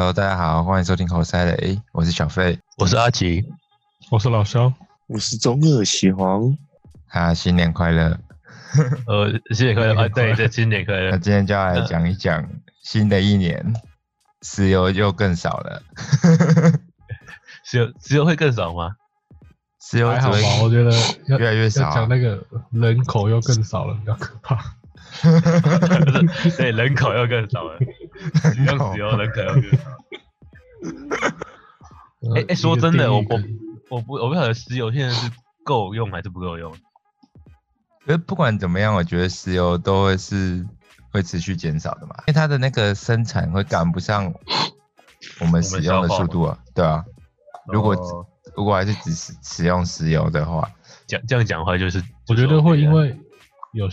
Hello，大家好，欢迎收听口塞雷，我是小费， 我是阿吉， 我是老肖， 我是中二邪皇。 新年快乐！ 新年快乐啊！对，新年快乐。 那今天就要来讲一讲新的一年，石油又更少了。 石油会更少吗？ 石油还好吧，我觉得越来越少要讲那个人口又更少了，比较可怕。 对，人口又更少了，使用石油人口又更少。说真的，我不晓得石油现在是够用还是不够用。 可是不管怎么样，我觉得石油都会持续减少的嘛，因为它的那个生产会赶不上我们使用的速度啊，对啊。如果还是只使用石油的话， 这样讲的话就是， 我觉得会因为有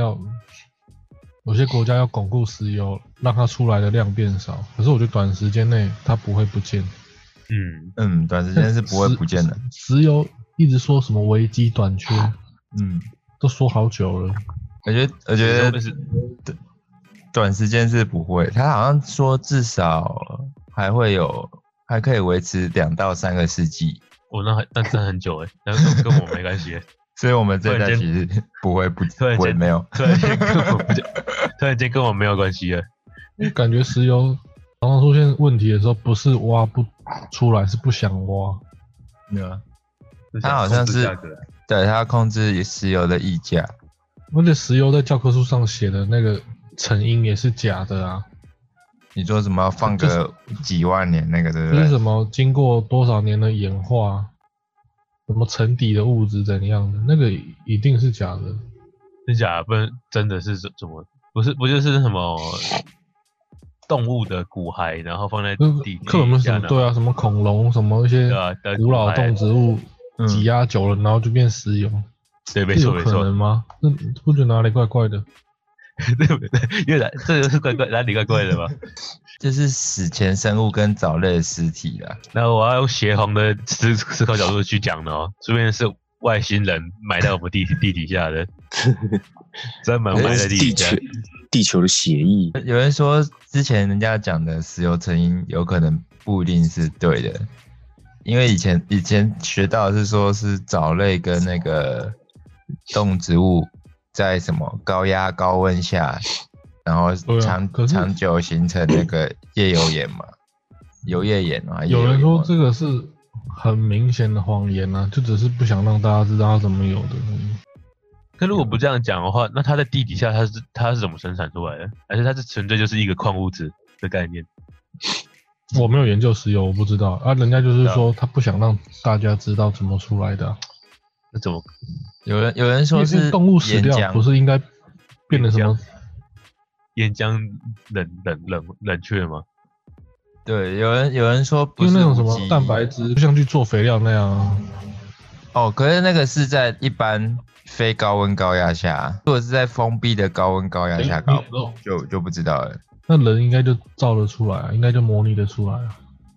些国家要巩固石油，让它出来的量变少。可是我觉得短时间内它不会不见。 短时间是不会不见的。 石油一直说什么危机短缺，都说好久了。 我觉得短时间是不会，他好像说至少还可以维持2到3个世纪。 那真的很久那跟我没关系。 所以我们这代其实不会没有， 突然间跟我没有关系了。 感觉石油常常出现问题的时候，不是挖不出来，是不想挖。 对啊，他好像是对他控制石油的溢价， 而且石油在教科书上写的那个成因也是假的啊。 你说什么放个几万年那个对不对？ 就是什么经过多少年的演化，什么沉底的物质怎样的，那个一定是假的。 是假的，不然真的是怎么？不就是什么动物的骨骸，然后放在地克隆什么？对啊，什么恐龙，什么一些古老动植物挤压久了，然后就变石油。 对，没错。 有可能吗？那不觉得哪里怪怪的？ 对不对？因为这个是哪里怪怪的吧？ 就是史前生物跟藻类的尸体啦。 那我要用邪皇的思考角度去讲的哦，这边是外星人埋在我们地底下的，专门埋在地下。 地球的血液。 有人说之前人家讲的石油成因有可能不一定是对的，因为以前学到的是说是藻类跟那个动植物在什么高压高温下，然后长久形成那个页油岩嘛，油页岩嘛。 有人说这个是很明显的谎言啊，就只是不想让大家知道它怎么有的。 可如果不这样讲的话，那它在地底下它是怎么生产出来的？还是它是纯粹就是一个矿物质的概念？ 我没有研究石油，我不知道啊。人家就是说他不想让大家知道怎么出来的。 那怎么？ 有人说是动物死掉，不是应该变得什么？ 岩浆冷却吗？ 对，有人说不是那种什么蛋白质，就像去做肥料那样啊。 可是那个是在一般非高温高压下，如果是在封闭的高温高压下搞，就不知道了。 那人应该就造得出来啊，应该就模拟得出来啊。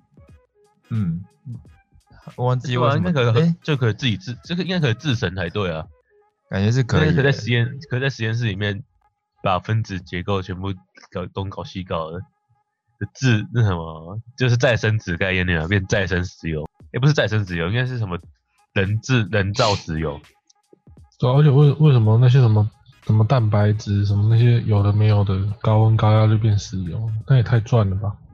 忘记为什么就可以这个应该可以制神才对啊， 感觉是可以。 可在实验室里面把分子结构全部东搞西搞的，那什么就是再生质概念啊，变再生石油，也不是再生石油，应该是什么人造石油。 对，而且为什么那些什么蛋白质什么那些有的没有的高温高压就变石油，那也太赚了吧。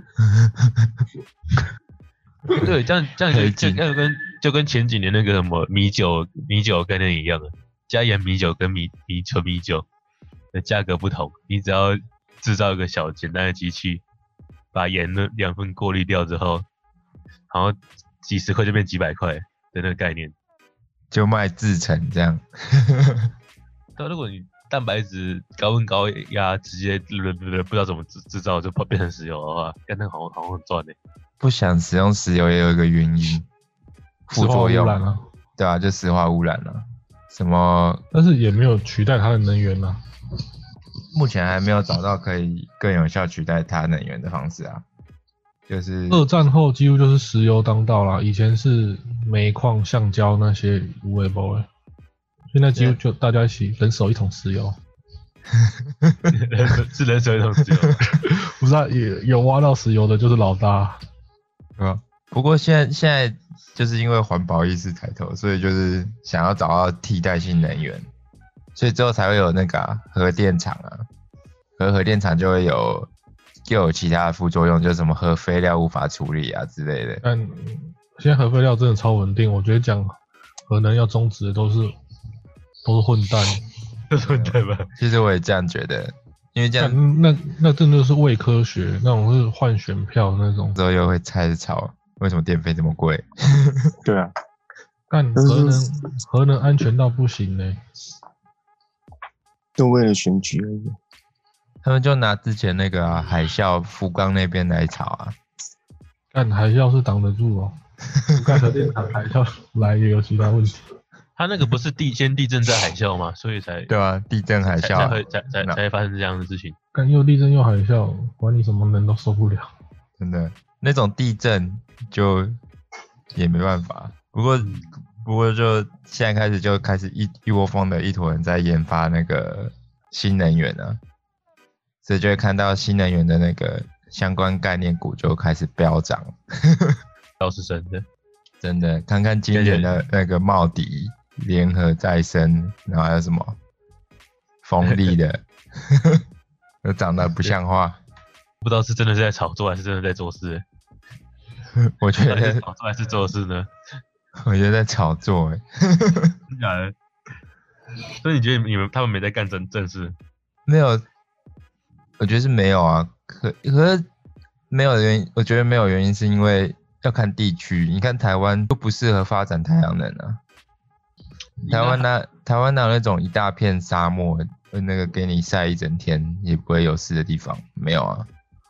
对，这样就跟前几年那个什么米酒概念一样的，加盐米酒跟纯米酒的价格不同，你只要制造一个小简单的机器，把盐的2份过滤掉之后，好像几十块就变几百块的那个概念， 就卖制成这样。 但如果你蛋白质高温高压直接不知道怎么制造就变成石油的话，那个好像很赚欸。 不想使用石油也有一个原因，副作用啊， 对啊，就石化污染啊，什么？ 但是也没有取代它的能源啊。 目前还没有找到可以更有效取代它能源的方式啊。就是二战后几乎就是石油当道啦，以前是煤矿、橡胶那些无为不为，现在几乎就大家一起人手一桶石油。 是人手一桶石油。 不是啊，有挖到石油的就是老大。 对吧？不过现在就是因为环保意识抬头，所以就是想要找到替代性能源，所以之后才会有那个核电厂啊，核电厂就会又有其他的副作用，就是什么核废料无法处理啊之类的。 但现在核废料真的超稳定，我觉得讲核能要终止的都是混蛋。 都是混蛋吧？ 其实我也这样觉得，因为这样那真的是伪科学，那种是换选票那种。 之后又会开始吵为什么电费这么贵。 对啊， 但核能安全到不行呢、 都为了选举而已。 他们就拿之前那个海啸福冈那边来吵啊。 但海啸是挡得住哦，盖核电厂海啸来也有其他问题。 他那个不是先地震再海啸吗？所以才对啊，地震海啸才会发生这样的事情。 但又地震又海啸，管你什么能都受不了。 真的那种地震就也没办法。不过就现在开始一窝蜂的一坨人在研发那个新能源啊，所以就会看到新能源的那个相关概念股就开始飙涨。 倒是真的， 真的，看看今年的那个茂迪、联合再生，然后还有什么风力的，都涨得不像话。 不知道是真的是在炒作还是真的在做事。 我觉得是炒作还是做事呢？ 我觉得在炒作真假的？所以你觉得他们没在干正事？ 没有，我觉得是没有啊。可是没有的原因，我觉得没有原因是因为要看地区。你看台湾都不适合发展太阳能啊。台湾哪有那种一大片沙漠，那个给你晒一整天也不会有事的地方？没有啊。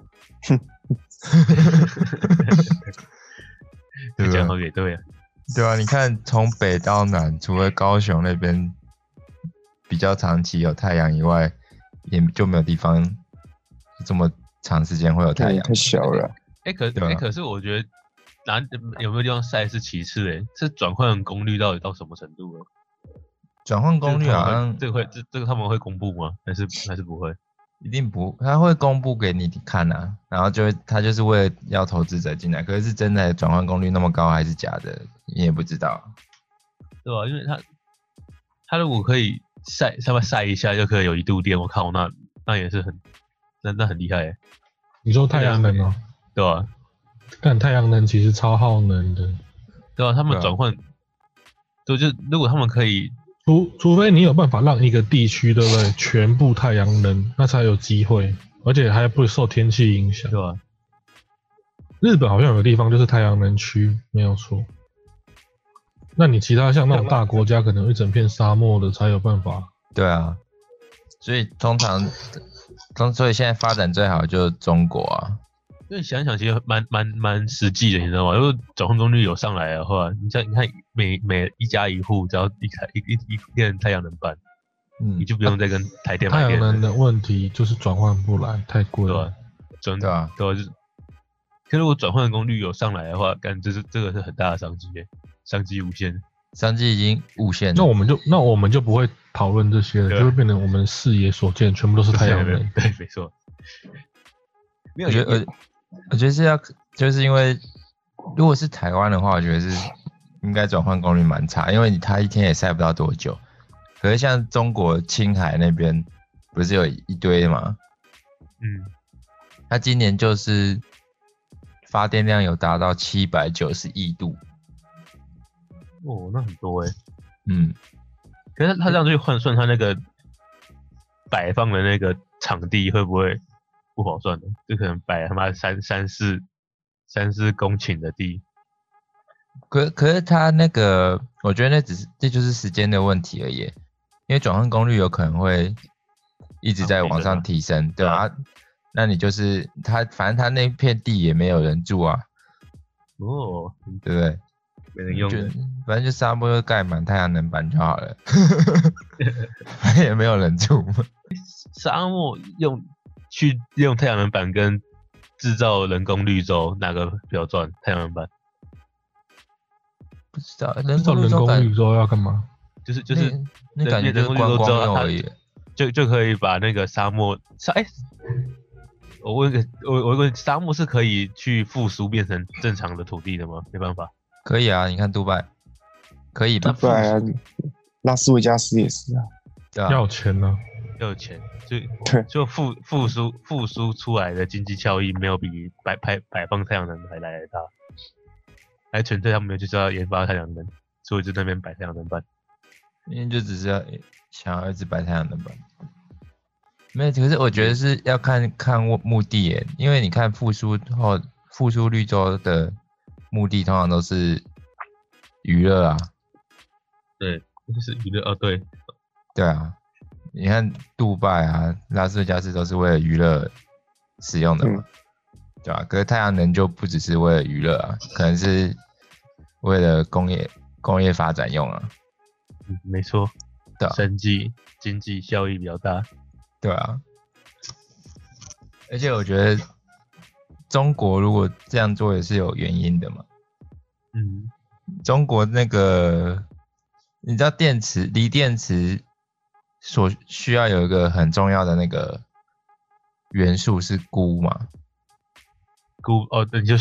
你讲好也对啊。 对啊，你看从北到南，除了高雄那边比较长期有太阳以外，也就没有地方这么长时间会有太阳。 太小了。 可是我觉得有没有地方晒是其次是转换功率到底到什么程度了？ 转换功率好像这个他们会公布吗？还是不会？ 一定不，他会公布给你看啊，然后他就是为了要投资者进来，可是真的转换功率那么高还是假的，你也不知道， 对吧？因为他如果可以稍微晒一下就可以有1度电，我靠，那也是那很厉害你说太阳能哦？ 对吧？ 但太阳能其实超耗能的， 对吧？他们转换，就如果他们可以。 除非你有办法让一个地区，对不对？全部太阳能，那才有机会，而且还不受天气影响， 对吧？ 日本好像有个地方就是太阳能区，没有错。那你其他像那种大国家，可能一整片沙漠的才有办法。 对啊，所以所以现在发展最好就是中国啊。 因为想一想，其实蛮实际的，你知道吗？如果转换功率有上来的话，你看每一家一户只要一片太阳能板，你就不用再跟台电买电。 太阳能的问题就是转换不来，太贵了。 对啊，可如果转换功率有上来的话，这个是很大的商机商机无限， 商机已经无限。 那我们就不会讨论这些了，就会变成我们视野所见全部都是太阳能。 对，没错。 我觉得就是因为如果是台湾的话，我觉得是应该转换功率蛮差，因为它一天也晒不到多久。可是像中国青海那边不是有一堆吗？它今年就是发电量有达到790亿度。 哦，那很多可是他这样去换算他那个摆放的那个场地会不会不好算的？就可能摆他妈三四公顷的地。 可是他那个，我觉得这就是时间的问题而已，因为转换功率有可能会一直在往上提升，对吧？那你就是反正他那片地也没有人住啊，对不对？ 没人用的， 反正就沙漠就盖满太阳能板就好了，也没有人住。 沙漠用太阳能板跟制造人工绿洲哪个比较赚？太阳能板？ 不知道人工绿洲要干嘛？ 就是那感觉就是观光用而已。 就可以把那个沙漠我问沙漠是可以去复苏变成正常的土地的吗？没办法。 可以啊，你看杜拜可以吧？ 对啊，拉斯维加斯也是啊。 对啊， 要钱呢、 要有钱， 对就复苏出来的经济效益没有比摆放太阳能还来得大，还纯粹他们就是要研发太阳能，所以就在那边摆太阳能板。 因为就只是想要一直摆太阳能板。没有，可是我觉得是要看目的耶，因为你看复苏绿洲的目的通常都是娱乐啊。 对，就是娱乐哦，对， 对啊，你看杜拜啊、拉斯维加斯都是为了娱乐使用的嘛，对吧、可是太阳能就不只是为了娱乐啊，可能是为了工业发展用啊。 没错， 对啊， 生计经济效益比较大。 对啊，而且我觉得中国如果这样做也是有原因的嘛。中国那个你知道锂电池所需要有一个很重要的那个元素是钴嘛？ 对，你就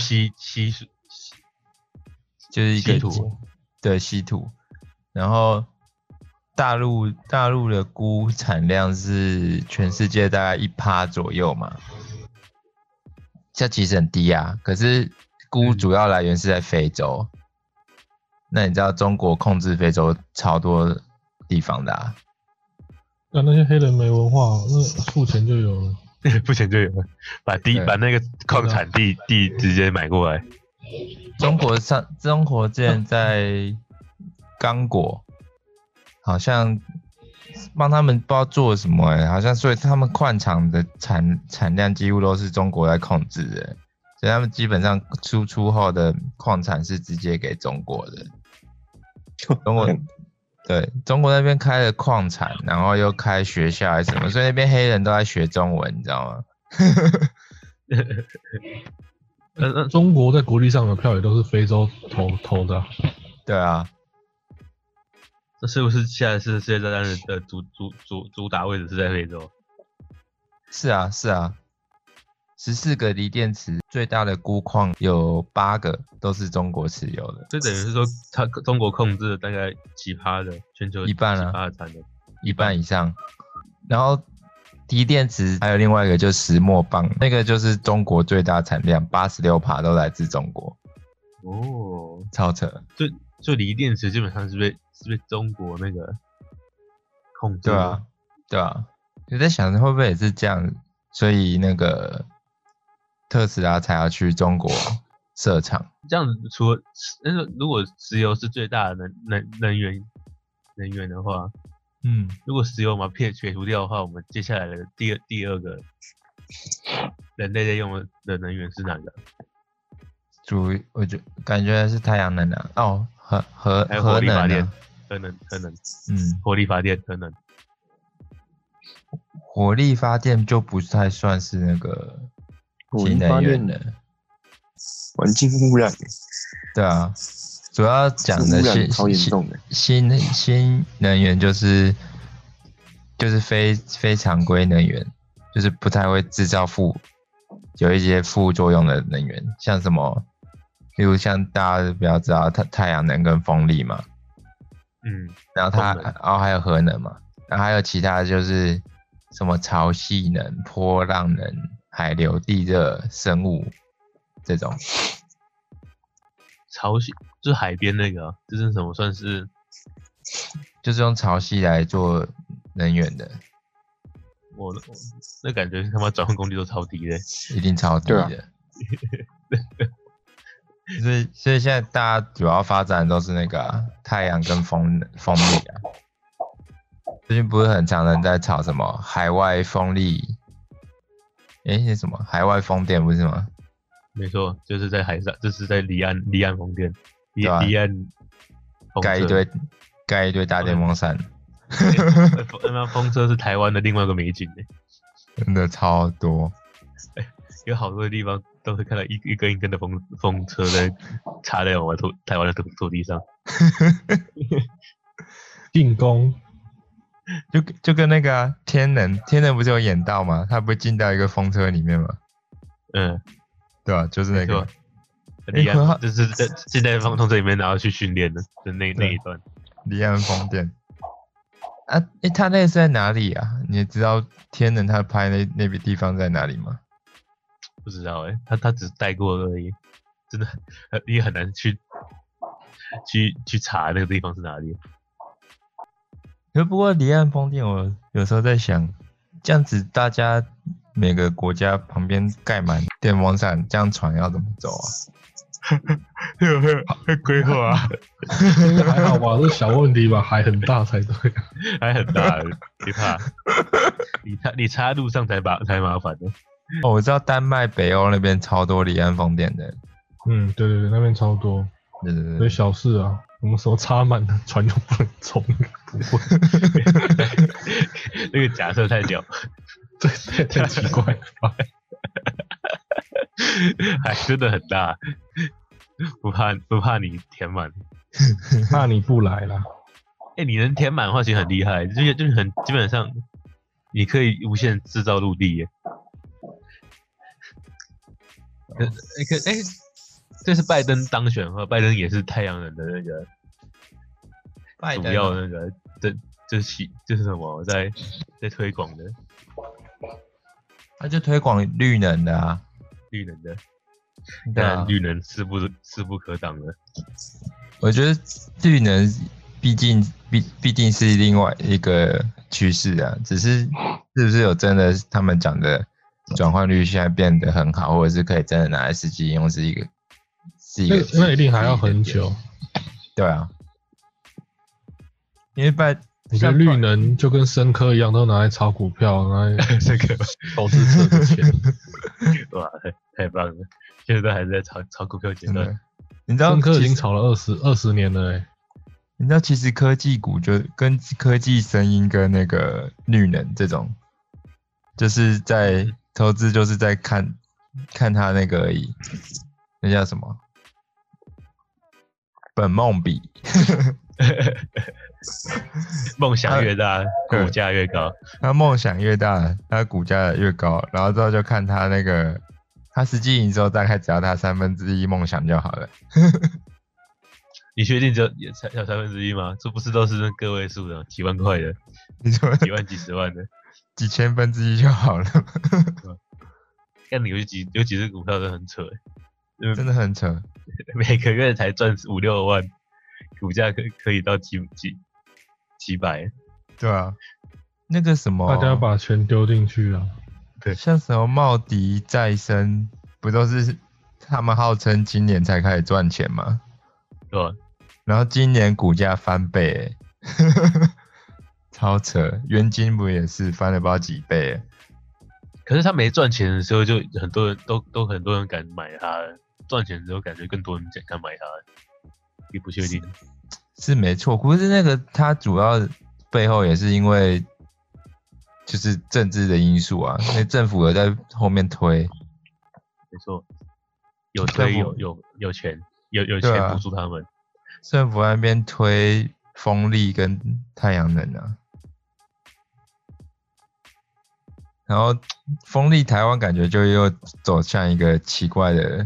就是一个稀土， 对，稀土。然后大陆的钴产量是全世界大概1%左右嘛，这其实很低啊。可是钴主要来源是在非洲，那你知道中国控制非洲超多地方的啊？ 那些黑人没文化，那付钱就有了。 付钱就有了，把那个矿产地直接买过来。 中国之前在刚果好像帮他们不知道做什么好像所以他们矿场的产量几乎都是中国在控制的，所以他们基本上输出后的矿产是直接给中国的。中国那边开了矿产，然后又开学校还是什么，所以那边黑人都在学中文，你知道吗？ 中国在国际上的票也都是非洲投的、啊。 对啊， 那是不是下一次世界大战的主打位置是在非洲？ 是啊，14个锂电池最大的钴矿有8个都是中国持有的， 这等于是说，中国控制了大概几趴的全球一半啊， 几趴的产能， 一半以上。然后锂电池还有另外一个就是石墨蚌，那个就是中国最大产量，86%都来自中国。 哦， 超扯。 就锂电池基本上是被中国那个控制的。 对啊。我在想会不会也是这样，所以那个特斯拉才要去中国设厂。 这样子，如果石油是最大的能源的话，如果石油嘛撇除掉的话，我们接下来的第二个人类在用的能源是哪个？ 我感觉是太阳能啊，哦，核能啊， 核能，火力发电，核能。 火力发电就不太算是那个新能源的， 环境污染。 对啊，主要讲的新能源就是非常规能源，就是不太会制造有一些副作用的能源，像什么，例如像大家比较知道太阳能跟风力嘛，然后还有核能嘛，然后还有其他的就是什么潮汐能、波浪能、海流、地热、生物这种。 潮汐就是海边那个、这是什么？算是就是用潮汐来做能源的。 我那感觉他妈转换功率都超低的， 一定超低的。所以现在大家主要发展都是那个太阳跟风力啊。最近不是很常人在吵什么海外风力？那什么海外风电不是吗？ 没错，就是在海上，就是在离岸风电，离岸盖一堆大电风扇。 那风车是台湾的另外一个美景真的超多。 有好多地方都会看到一根一根的风车在插在我们台湾的土地上。 进攻。 就跟那个天能不是有演到吗？他不是进到一个风车里面吗？ 嗯， 对吧？就是那个。 离岸就是在现在风车里面，然后去训练的那一段。 离岸风电。啊，他那个是在哪里啊？你知道天能他拍那边地方在哪里吗？ 不知道他只是带过而已，真的也很难去查那个地方是哪里。 不过离岸风电，我有时候在想，这样子大家每个国家旁边盖满电风扇，这样船要怎么走啊？会规划啊？ 还好吧，这小问题吧，海很大才对。 海很大，别怕。你插路上才麻烦的。 哦，我知道丹麦、北欧那边超多离岸风电的。 对，那边超多。 对。 所以小事啊，我们手插满了，船就不能冲，不会。 那个假设太屌， 对，太奇怪了吧？ 海真的很大，不怕你填满， 怕你不来啦。 你能填满的话，其实很厉害，就是很基本上，你可以无限制造陆地耶。这是拜登当选的话，拜登也是太阳能的那个主要那个，就是什么在推广的， 他就推广绿能的啊。 绿能的， 但绿能势不可挡的。 我觉得绿能毕竟是另外一个趋势啊，只是不是有真的他们讲的转换率现在变得很好，或者是可以真的拿来实际应用，是一个那一定还要很久。 对啊，因为我觉得绿能就跟生科一样，都拿来炒股票，拿来这个投资者的钱。 哇，太棒了！现在都还在炒股票阶段。 你知道生科已经炒了20年了你知道其实科技股就跟科技声音跟那个绿能这种，就是在投资就是在看它那个而已，那叫什么？本梦比。 梦想越大，股价越高。 他梦想越大，他股价越高。然后之后就看他那个，他实际营收大概只要他1/3梦想就好了。 你确定也才1/3吗？这不是都是那个位数的，几万块的， 你说几万几十万的， 几千分之一就好了。 但你有几只股票都很扯， 真的很扯， 每个月才赚5-6万。股价可以到几百， 对啊，那个什么， 大家把钱丢进去啊， 对， 像什么茂迪再生，不都是他们号称今年才开始赚钱吗？ 对吧？ 然后今年股价翻倍，超扯，元金不也是翻了不知道几倍？ 可是他没赚钱的时候，就很多人都很多人敢买它，赚钱之后感觉更多人敢买它，也不确定。 是没错，可是那个它主要背后也是因为就是政治的因素啊，因为政府有在后面推， 没错，有推有钱，有钱补助他们， 政府那边推风力跟太阳能啊，然后风力台湾感觉就又走向一个奇怪的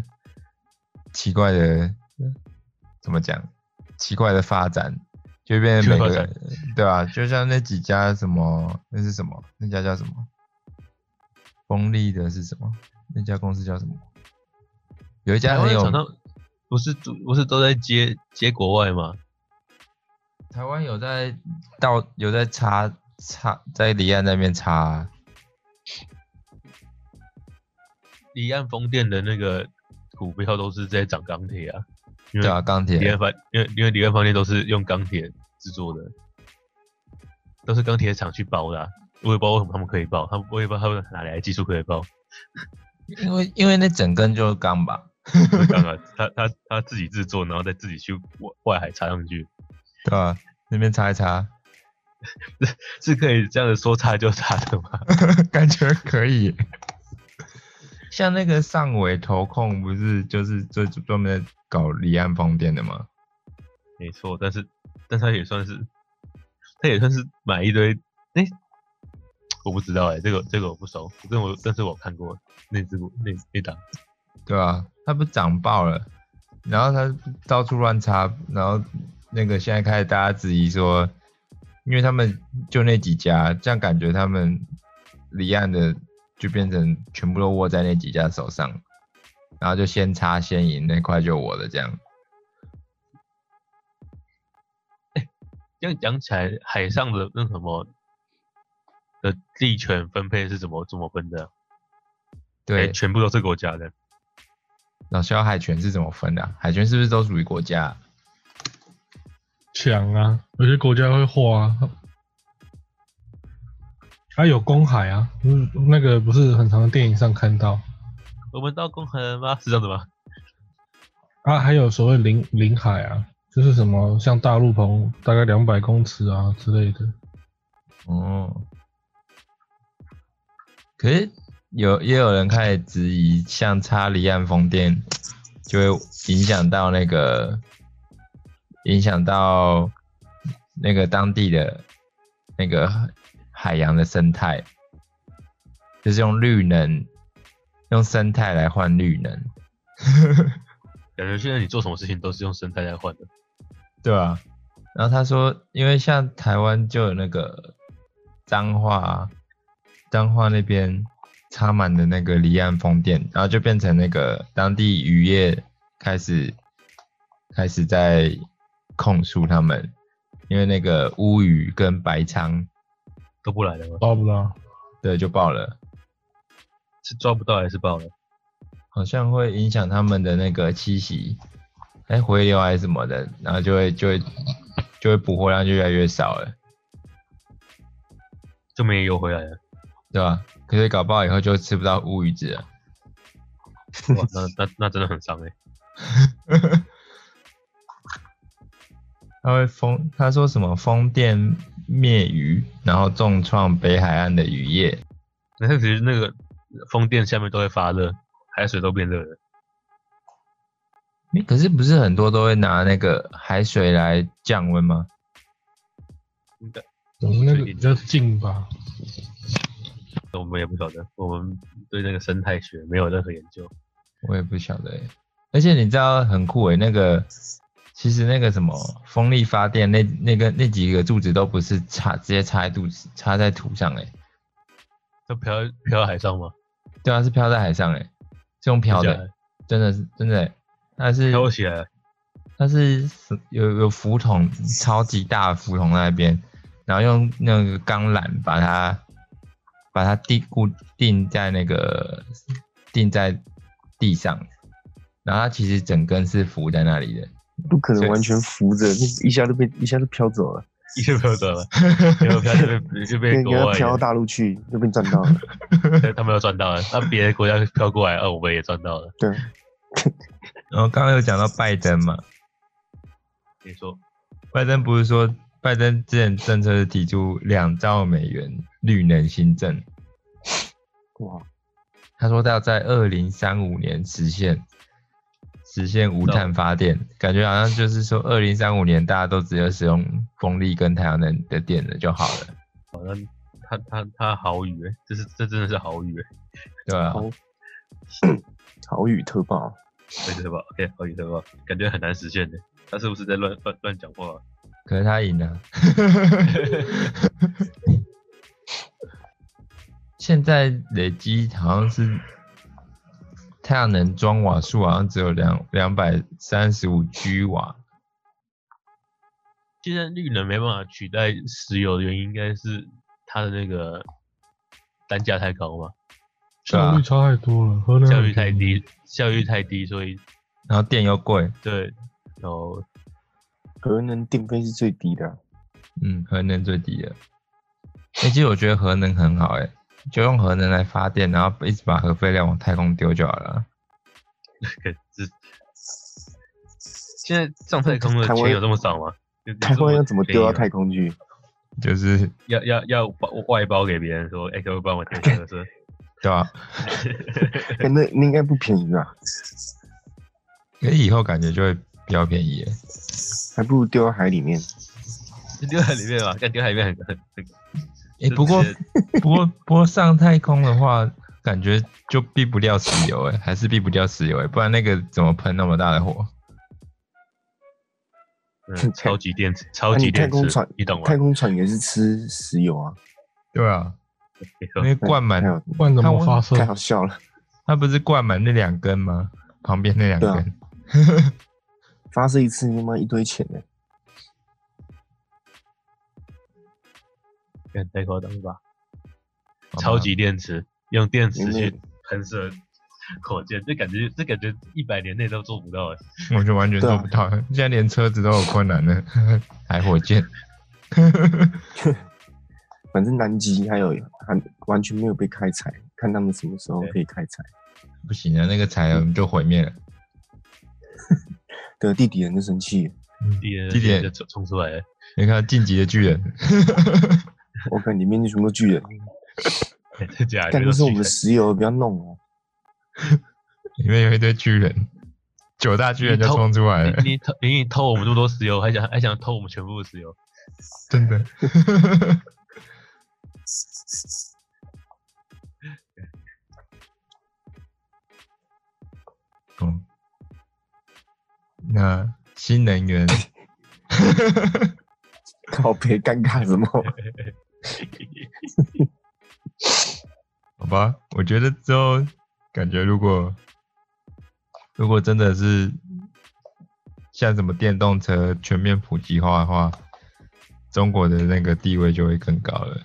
怎么讲？奇怪的发展，就变成每个对吧、就像那几家什么，那是什么？那家叫什么？风力的是什么？那家公司叫什么？有一家很有， 不是都在接国外吗？ 台湾有在插在离岸那边插、啊， 离岸风电的那个股票都是在涨钢铁啊。 对啊，钢铁。 因为离岸风电都是用钢铁制作的，都是钢铁厂去包的、啊。我也不知道为什么他们可以包，我也不知道他们哪来的技术可以包。 因为那整根就是钢吧。 是钢啊，他自己制作，然后再自己去外海插上去。 对啊，那边插一插， 是可以这样子说插就插的吗？ 感觉可以。像那个上尾投控不是就是专门搞离岸风电的吗？ 没错，但他也算是买一堆我不知道这个我不熟，但是我看过那档。 对啊，他不长爆了，然后他到处乱插，然后那个现在开始大家质疑说，因为他们就那几家，这样感觉他们离岸的就变成全部都握在那几家手上，然后就先插先赢，那块就我的这样。 这样讲起来，海上的那什么的地权分配是怎么分的？ 对， 全部都是国家的。 老萧海权是怎么分的海权是不是都属于国家抢啊，有些国家会划啊。还有公海啊，那个不是很常的电影上看到。 我们到公海了吗？是这样子吗？ 啊，还有所谓领海啊，就是什么像大陆棚大概200公尺啊之类的。 哦，可是也有人开始质疑，像插离岸风电就会影响到那个当地的那个海洋的生态，就是用绿能，用生态来换绿能。 感觉现在你做什么事情都是用生态来换的。 对啊，然后他说，因为像台湾就有那个彰化那边插满的那个离岸风电，然后就变成那个当地渔业开始在控诉他们，因为那个乌鱼跟白鲳都不来了吗？ 报不到， 对，就爆了， 是抓不到还是爆了？ 好像会影响他们的那个栖息，回流还是什么的，然后就会捕获量就越来越少了， 就没游回来了， 对吧？可是搞不好以后就吃不到乌鱼子了。 哇，那真的很伤他说什么风电灭鱼，然后重创北海岸的渔业。 那其实那个风电下面都会发热，海水都变热了。 可是不是很多都会拿那个海水来降温吗？ 我们那个比较近吧。 我们也不晓得，我们对那个生态学没有任何研究。 我也不晓得而且你知道很酷那个其实那个什么风力发电那几个柱子都不是直接插在土上就飘海上吗？ 对啊，是飘在海上是用飘的，真的它是飘起来，它是有浮筒，超级大的浮筒在那边，然后用那个钢缆把它定在地上，然后它其实整根是浮在那里的， 不可能完全浮着，一下就飘走了， 一下飘走了，飘就被国外飘到大陆去，就被赚到了。 对，他们又赚到了，那别的国家飘过来，我们也赚到了。 对。 然后刚刚有讲到拜登嘛， 你说拜登不是说拜登之前政策是提出2兆美元绿能新政， 哇， 他说他要在2035年实现无碳发电，感觉好像就是说2035年大家都只有使用风力跟太阳能的电了就好了。 好像他豪语这真的是豪语对啊， 豪语特报， 对特报 ，OK， 豪语特报，感觉很难实现的，他是不是在乱讲话？ 可是他赢了。现在累积好像是太阳能装瓦数好像只有235 G 瓦。 现在绿能没办法取代石油的原因，应该是它的那个单价太高嘛， 效率差太多了，核能效率太低，所以然后电又贵， 对，然后核能电费是最低的， 核能最低的。其实我觉得核能很好就用核能来发电，然后一直把核废料往太空丢就好了。 现在上太空的钱有这么少吗？ 台湾要怎么丢到太空去？ 就是要外包给别人说，可不可以帮我丢垃圾？ 对吧？ 那应该不便宜吧？ 可是以后感觉就会比较便宜还不如丢到海里面。 丢海里面吧，但丢海里面不过上太空的话，感觉就避不掉石油还是避不掉石油不然那个怎么喷那么大的火？ 超级电池，你懂吗？ 太空船也是吃石油啊。 对啊，那灌满， 灌怎么发射？ 太好笑了。 它不是灌满那2根吗？旁边那2根。啊、 发射一次他妈一堆钱呢。 太夸张吧？超级电池，用电池去喷射火箭，这感觉100年内都做不到我就完全做不到，现在连车子都有困难了，还火箭。 反正南极还完全没有被开采，看他们什么时候可以开采。 不行啊，那个采我们就毁灭了。 对，地底人就生气了， 地底人就冲出来了。 你看晋级的巨人， 我看里面全部巨人。 真假的？ 但这是我们的石油，不要弄哦。 里面有一堆巨人，9大巨人就冲出来了。 你偷我们这么多石油，还想偷我们全部的石油？ 真的。那新能源， 靠北尴尬什么？ 好吧，我觉得之后感觉如果真的是像什么电动车全面普及化的话，中国的那个地位就会更高了。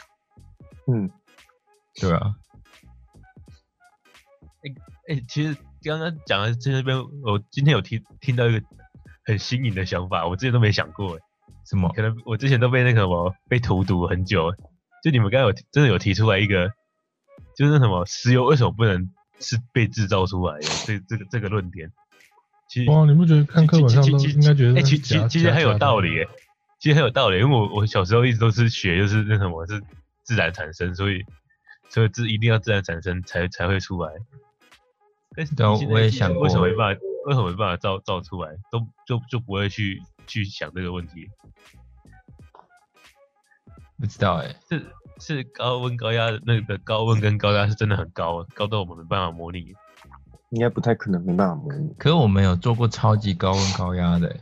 对啊。 其实刚刚讲的这边，我今天有听到一个很新颖的想法，我之前都没想过。 什么？ 可能我之前都被那个什么被荼毒很久。就你们刚才真的有提出来一个，就是那什么石油为什么不能是被制造出来的这个论点。其实哇，你不觉得看课本上都应该觉得其实很有道理其实很有道理，因为我小时候一直都是学就是那什么是自然产生，所以一定要自然产生才会出来。 对，我也想过， 为什么没办法造出来，就不会去想这个问题？ 不知道是高温高压的那个高温跟高压是真的很高到我们没办法模拟。 应该不太可能没办法模拟。 可是我们有做过超级高温高压的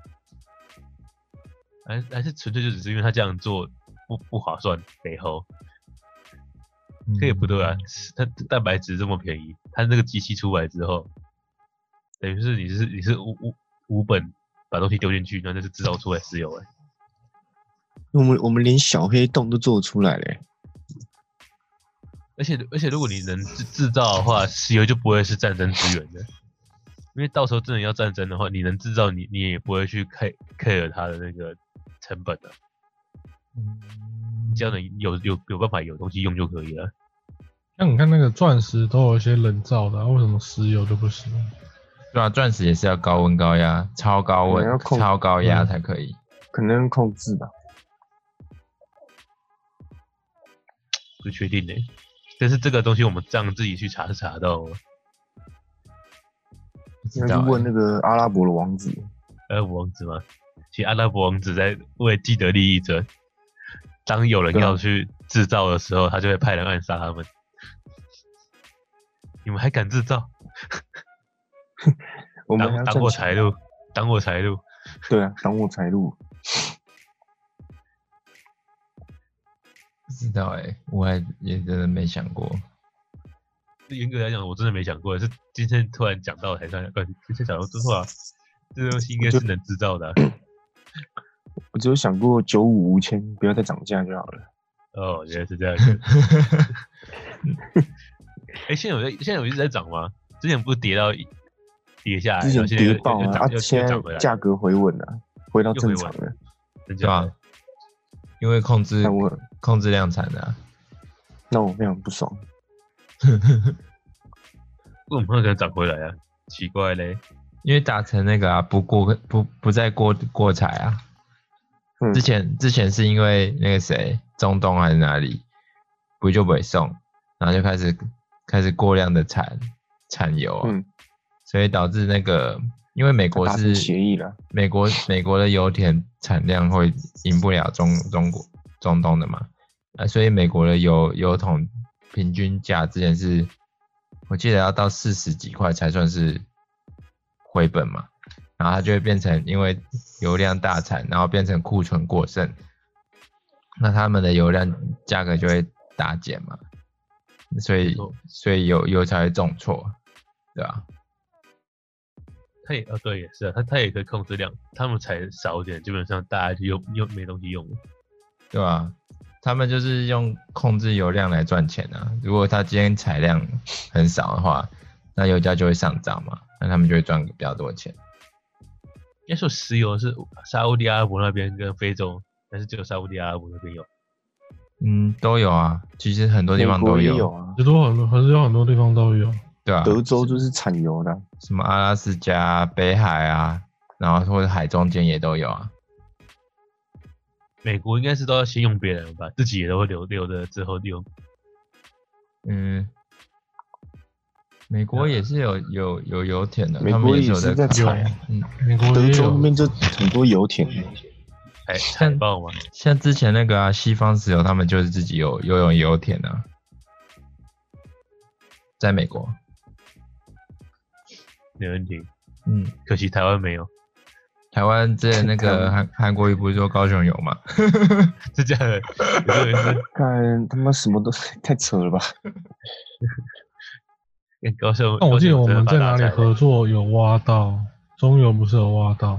还是纯粹就只是因为他这样做不划算背后。这也不对啊，它蛋白质这么便宜，它那个机器出来之后，等于是你是无本把东西丢进去，那就是制造出来石油我们连小黑洞都做出来了而且如果你能制造的话，石油就不会是战争资源的，因为到时候真的要战争的话，你能制造你也不会去 care 它的那个成本这样的有办法有东西用就可以了。 像你看那个钻石都有一些冷造的为什么石油就不行？ 对啊，钻石也是要高温高压、超高温、超高压才可以。 可能控制吧， 不确定但是这个东西我们这样自己去查是查到应该是问那个阿拉伯的王子。 阿拉伯王子吗？其实阿拉伯王子在为既得利益者，当有人要去制造的时候，他就会派人暗杀他们。你们还敢制造？ 我们当我财路，当我财路。 对啊，当我财路。 不知道我也真的没想过。 严格来讲，我真的没想过，是今天突然讲到才想到，今天讲到之后这个东西应该是能制造的我只有想过95、5000，不要再涨价就好了。 哦，原来是这样。现在有一直在涨吗？之前不是跌下来， 之前跌爆现在价格回稳了，回到正常了。 对啊，因为控制量产的那我非常不爽。 为什么会可能涨回来啊？奇怪嘞， 因为达成那个不再过采啊。之前是因为那个谁中东还是哪里不就不送，然后就开始过量的产油所以导致那个因为美国是协议了， 美国的油田产量会赢不了中东的嘛， 所以美国的油桶平均价之前是，我记得要到40几块才算是回本嘛，然后它就会变成因为油量大产，然后变成库存过剩，那他们的油量价格就会大减嘛，所以油才会重挫，对吧？ 他也对，也是啊，他也可以控制量，他们才少一点，基本上大家就又没东西用了， 对吧？他们就是用控制油量来赚钱啊。如果他今天采量很少的话，那油价就会上涨嘛，那他们就会赚比较多钱。 应该说石油是沙烏地阿拉伯那边跟非洲，但是只有沙烏地阿拉伯那边有。 都有啊，其实很多地方都有。有啊， 很多地方都有。 对啊， 德州就是产油的， 什么阿拉斯加、北海啊，然后或者海中间也都有啊。 美国应该是都要先用别人吧，自己也都会留着之后用。 美国也是有油田的， 美国也是在采。德州那边就很多油田。 海豹嘛， 像之前那个啊，西方石油他们就是自己有油田啊，在美国。 没问题。可惜台湾没有。 台湾之前那个韩国瑜不是说高雄有吗？ 是这样的， 看他妈什么都太扯了吧！ 高雄， 但我记得我们在哪里合作有挖到，中油不是有挖到？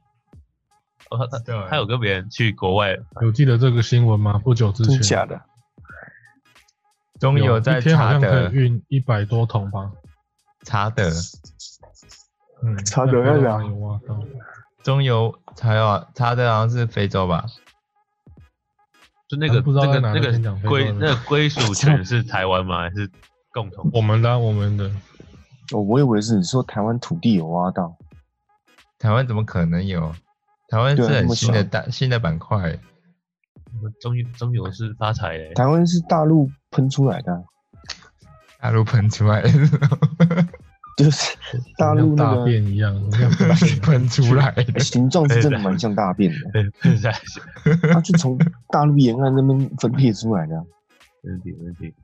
他有跟别人去国外， 有记得这个新闻吗？不久之前。 真假的？ 中油在一天好像可以运100多桶吧？ 查德， 查德在哪？ 有挖到。 中油查德好像是非洲吧？ 就那个归属权是台湾吗？还是共同？ 我们的。 我以为是你说台湾土地有挖到。 台湾怎么可能有？台湾是很新的板块。 中油是发财的。 台湾是大陆喷出来的。 大陆喷出来的。 就是大陆那个大便一样， 喷出来的形状是真的蛮像大便的。 喷下去， 它就从大陆沿岸那边分裂出来的。 没问题。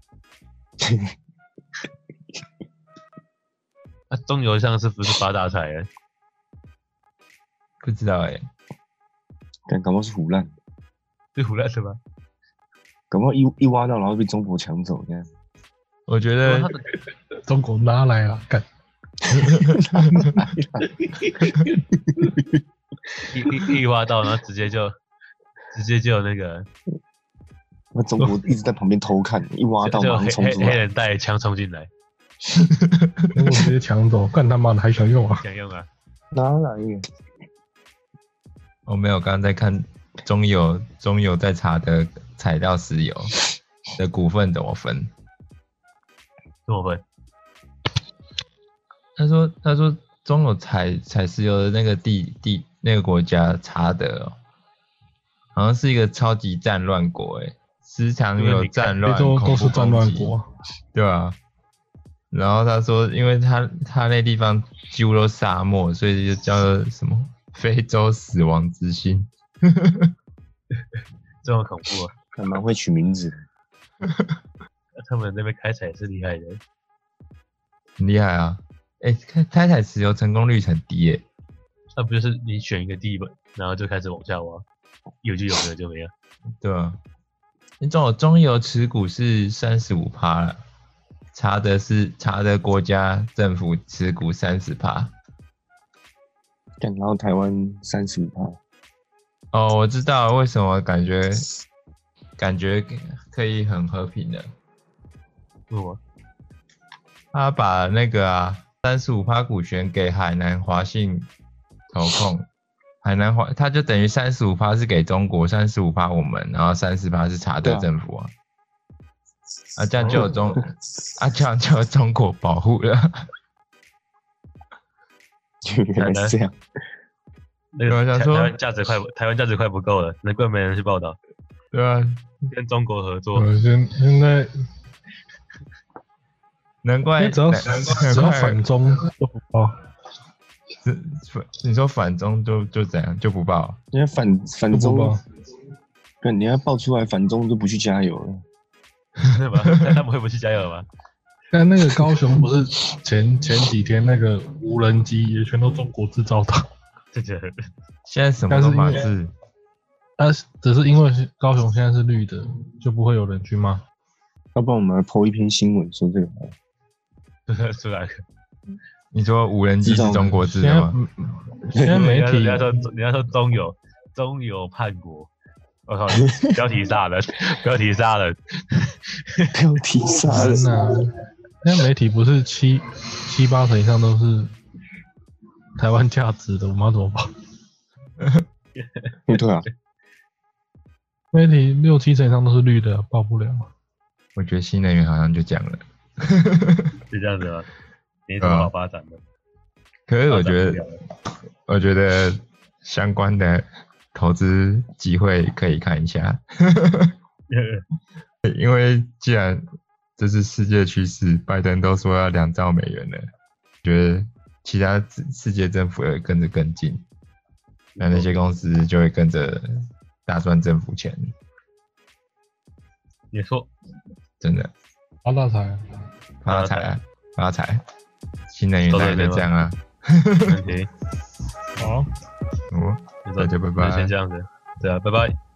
中油上是不是发大财了？ 不知道搞不好是唬烂。 是唬烂是吗？ 搞不好一挖到，然后被中国抢走这样。 我觉得中国拿来了，干。 一挖到，然后直接就那个。 那中国一直在旁边偷看，一挖到马上冲出来， 黑人带枪冲进来， 中国直接抢走，干他妈的还想用啊？ 想用啊？ 哪来的？ 我没有，刚刚在看中油在查的采到石油的股份怎么分？ 怎么分？ 他说中油采石油的那个那个国家查的好像是一个超级战乱国时常有战乱， 都是战乱国， 对啊。然后他说，因为他那地方几乎都沙漠，所以就叫做什么非洲死亡之星。 这么恐怖啊！ 还蛮会取名字。 他们那边开采是厉害的， 很厉害啊！开采石油成功率很低那不就是你选一个地本，然后就开始往下挖，有就有，没有就没有。 对啊，中油持股是35%了，查的国家政府持股30%。 然后台湾35%。 哦，我知道为什么感觉可以很和平的。 为什么？ 他把那个35%股权给海南华信投控，他就等于35%是给中国，35%我们，然后30%是查德政府这样就有中国保护了。 原来是这样。 那个台湾价值快不够了，难怪没人去报道。 对啊， 跟中国合作。 现在难怪只要反中就不报。 你说反中就怎样就不报？ 因为反中干你要爆出来反中就不去加油了。 是吗？他们会不去加油吗？ 但那个高雄不是前几天那个无人机也全都中国制造的， 这个现在什么都马是， 只是因为高雄现在是绿的，就不会有人去骂。 要不然我们来 po 一篇新闻说这个好了。 出来。 你说无人机是中国制的吗？ 现在媒体人家说中油叛国，我靠，标题杀人，标题杀人， 标题杀人啊！现在媒体不是七八成以上都是台湾价值的，我们要怎么报？ 对啊， 媒体6、7成以上都是绿的，报不了。 我觉得新能源好像就讲了， 是这样子吗？没什么好发展的。 可是我觉得相关的投资机会可以看一下，因为既然这是世界趋势，拜登都说要2兆美元了，觉得其他世界政府也会跟着跟进，那些公司就会跟着大赚政府钱。 没错， 真的发大财， 发财啊，发财！新能源大概就这样啊。 OK， 好， 大家拜拜。 先这样子，对啊，拜拜。